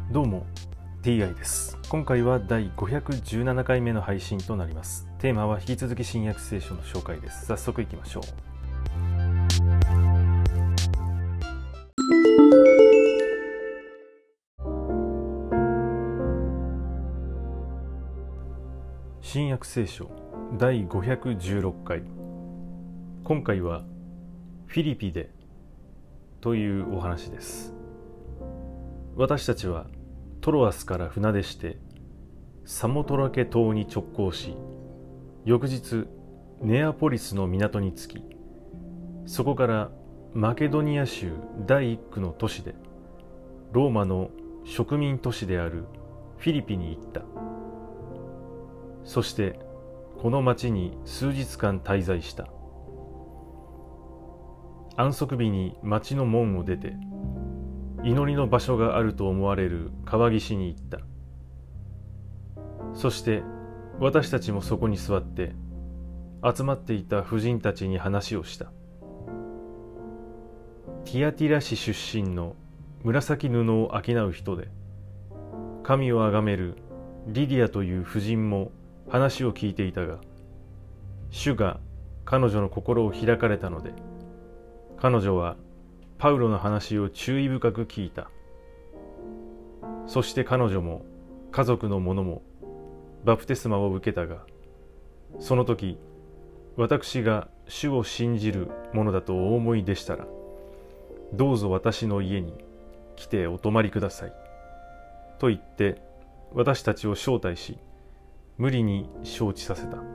どうも TI です。今回は第517回目の配信となります。テーマは引き続き新約聖書の紹介です。早速いきましょう。新約聖書第516回。今回はフィリピでというお話です。私たちはトロアスから船出してサモトラケ島に直行し、翌日ネアポリスの港に着き、そこからマケドニア州第一区の都市でローマの植民都市であるフィリピに行った。そしてこの町に数日間滞在した。安息日に町の門を出て、祈りの場所があると思われる川岸に行った。そして私たちもそこに座って集まっていた婦人たちに話をした。ティアティラ市出身の紫布を商う人で、神をあがめるリディアという婦人も話を聞いていたが、主が彼女の心を開かれたので、彼女はパウロの話を注意深く聞いた。そして彼女も家族の者もバプテスマを受けたが、その時私が主を信じるものだとお思いでしたら、どうぞ私の家に来てお泊まりくださいと言って私たちを招待し、無理に承知させた。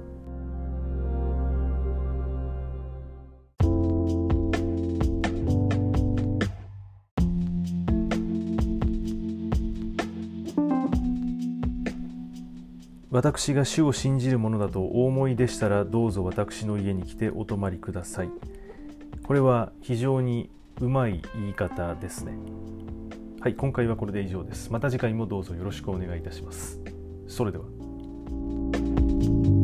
私が主を信じるものだとお思いでしたら、どうぞ私の家に来てお泊まりください。これは非常にうまい言い方ですね。はい、今回はこれで以上です。また次回もどうぞよろしくお願いいたします。それでは。